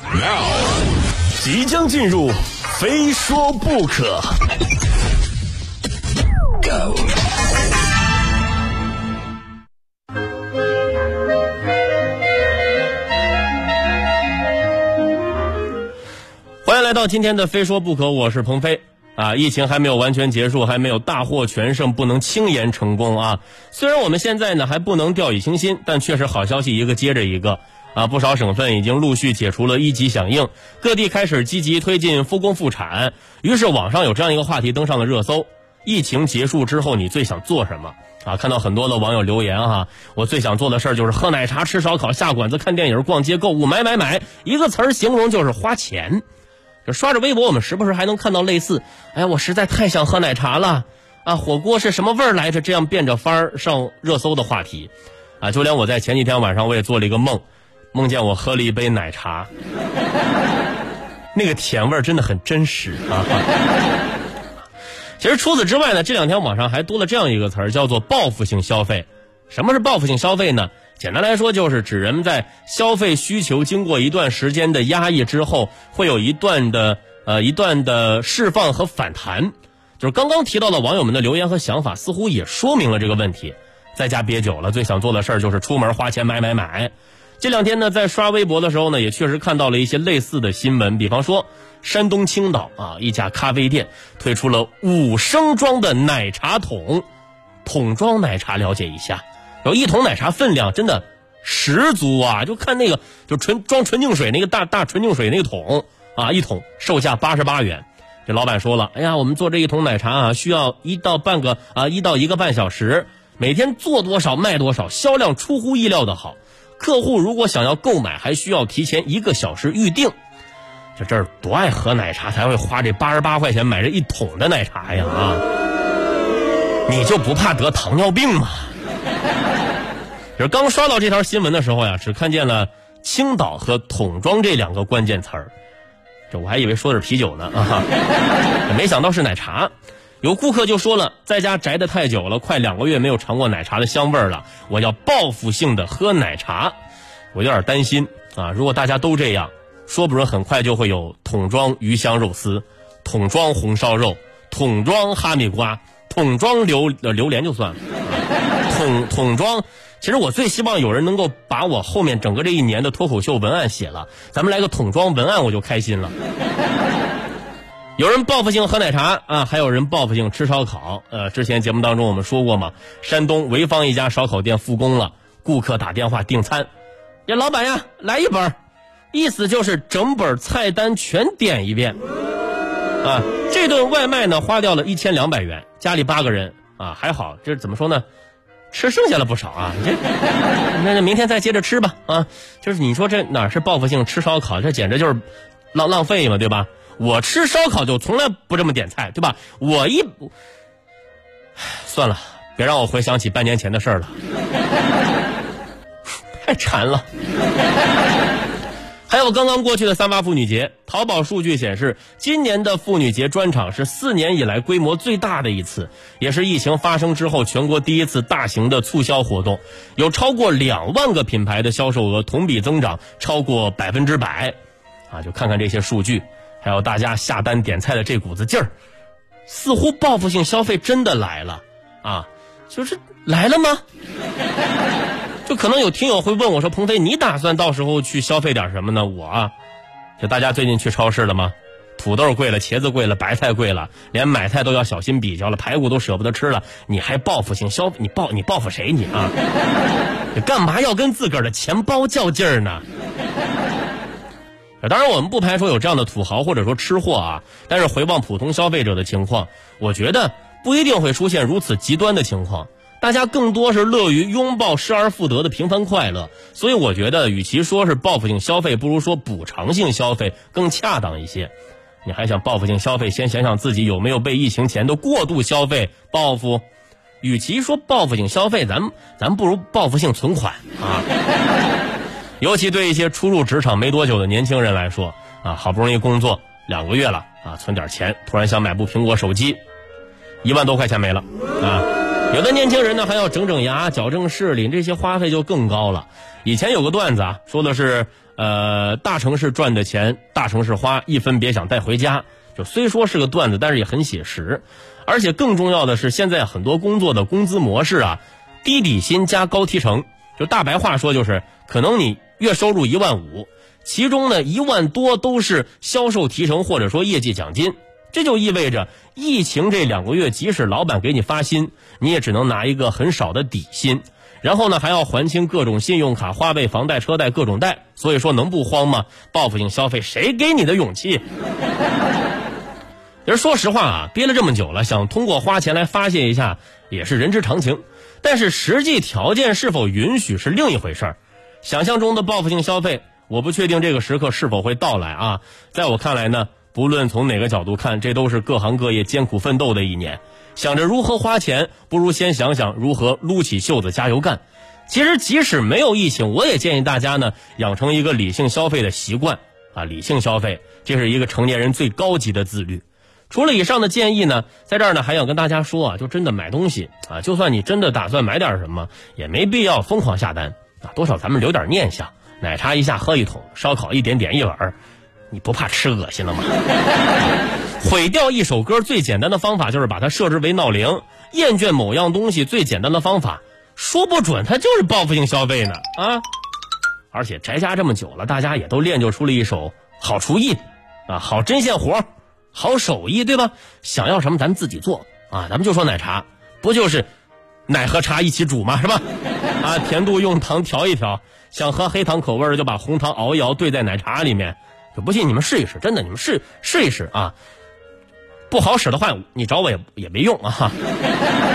即将进入非说不可。欢迎来到今天的非说不可，我是鹏飞。疫情还没有完全结束，还没有大获全胜，不能轻言成功啊。虽然我们现在呢还不能掉以轻心，但确实好消息一个接着一个不少省份已经陆续解除了1级响应，各地开始积极推进复工复产。于是网上有这样一个话题登上了热搜：疫情结束之后你最想做什么？看到很多的网友留言我最想做的事儿就是喝奶茶、吃烧烤、下馆子、看电影、逛街、购物、买，一个词儿形容就是花钱。刷着微博，我们时不时还能看到类似我实在太想喝奶茶了火锅是什么味儿来着，这样变着法儿上热搜的话题就连我在前几天晚上我也做了一个梦见我喝了一杯奶茶那个甜味儿真的很真实其实除此之外呢，这两天网上还多了这样一个词儿，叫做报复性消费。什么是报复性消费呢？简单来说就是指人们在消费需求经过一段时间的压抑之后，会有一段的释放和反弹。就是刚刚提到的网友们的留言和想法，似乎也说明了这个问题。在家憋久了，最想做的事儿就是出门花钱买。这两天呢，在刷微博的时候呢，也确实看到了一些类似的新闻，比方说山东青岛一家咖啡店推出了5升装的奶茶桶装奶茶，了解一下。然后一桶奶茶分量真的十足就看那个就装纯净水那个大纯净水那个桶一桶售价88元。这老板说了，我们做这一桶奶茶需要1到1个半小时，每天做多少卖多少，销量出乎意料的好。客户如果想要购买，还需要提前1个小时预定。这儿多爱喝奶茶才会花这88块钱买这一桶的奶茶呀你就不怕得糖尿病吗？就是刚刷到这条新闻的时候只看见了青岛和桶装这2个关键词儿，这我还以为说的是啤酒呢没想到是奶茶。有顾客就说了，在家宅得太久了，快2个月没有尝过奶茶的香味了，我要报复性的喝奶茶。我有点担心如果大家都这样，说不准很快就会有桶装鱼香肉丝、桶装红烧肉、桶装哈密瓜、桶装榴莲就算了桶装。其实我最希望有人能够把我后面整个这一年的脱口秀文案写了，咱们来个桶装文案我就开心了有人报复性喝奶茶还有人报复性吃烧烤。之前节目当中我们说过嘛，山东潍坊一家烧烤店复工了，顾客打电话订餐，老板来一本，意思就是整本菜单全点一遍这顿外卖呢花掉了1200元，家里8个人还好，这怎么说呢，吃剩下了不少那明天再接着吃吧就是你说这哪是报复性吃烧烤，这简直就是浪费嘛，对吧？我吃烧烤就从来不这么点菜，对吧？算了，别让我回想起半年前的事儿了太馋了还有刚刚过去的3·8妇女节，淘宝数据显示，今年的妇女节专场是4年以来规模最大的一次，也是疫情发生之后全国第一次大型的促销活动，有超过2万个品牌的销售额同比增长超过100%就看看这些数据，还有大家下单点菜的这股子劲儿，似乎报复性消费真的来了就是来了吗？就可能有听友会问我说，鹏飞，你打算到时候去消费点什么呢？就大家最近去超市了吗？土豆贵了，茄子贵了，白菜贵了，连买菜都要小心比较了，排骨都舍不得吃了，你还报复性消费？你报复谁你你干嘛要跟自个儿的钱包较劲儿呢？当然我们不排除有这样的土豪或者说吃货但是回望普通消费者的情况，我觉得不一定会出现如此极端的情况，大家更多是乐于拥抱失而复得的平凡快乐，所以我觉得与其说是报复性消费，不如说补偿性消费更恰当一些。你还想报复性消费，先想想自己有没有被疫情前的过度消费报复。与其说报复性消费，咱不如报复性存款尤其对一些初入职场没多久的年轻人来说好不容易工作2个月了存点钱，突然想买部苹果手机，1万多块钱没了有的年轻人呢还要整牙、矫正视力，这些花费就更高了。以前有个段子说的是大城市赚的钱大城市花，一分别想带回家。就虽说是个段子，但是也很写实。而且更重要的是，现在很多工作的工资模式啊，低底薪加高提成，就大白话说就是可能你月收入15000，其中呢1万多都是销售提成或者说业绩奖金。这就意味着疫情这2个月，即使老板给你发薪，你也只能拿一个很少的底薪，然后呢还要还清各种信用卡、花呗、房贷、车贷各种贷。所以说能不慌吗？报复性消费谁给你的勇气？其实说实话啊，憋了这么久了，想通过花钱来发泄一下也是人之常情，但是实际条件是否允许是另一回事儿。想象中的报复性消费，我不确定这个时刻是否会到来啊。在我看来呢，不论从哪个角度看，这都是各行各业艰苦奋斗的一年。想着如何花钱，不如先想想如何撸起袖子加油干。其实即使没有疫情，我也建议大家呢养成一个理性消费的习惯啊。理性消费，这是一个成年人最高级的自律。除了以上的建议呢，在这儿呢还想跟大家说啊，就真的买东西啊，就算你真的打算买点什么，也没必要疯狂下单啊，多少咱们留点念想。奶茶一下喝一桶，烧烤一点点一碗，你不怕吃恶心了吗？毁掉一首歌最简单的方法就是把它设置为闹铃，厌倦某样东西最简单的方法，说不准它就是报复性消费呢啊！而且宅家这么久了，大家也都练就出了一手好厨艺啊，好针线活，好手艺，对吧？想要什么咱自己做啊，咱们就说奶茶，不就是奶和茶一起煮吗？是吧？啊，甜度用糖调一调，想喝黑糖口味的就把红糖熬一熬兑在奶茶里面。不信你们试一试，真的，你们试一试啊！不好使的话，你找我也没用啊。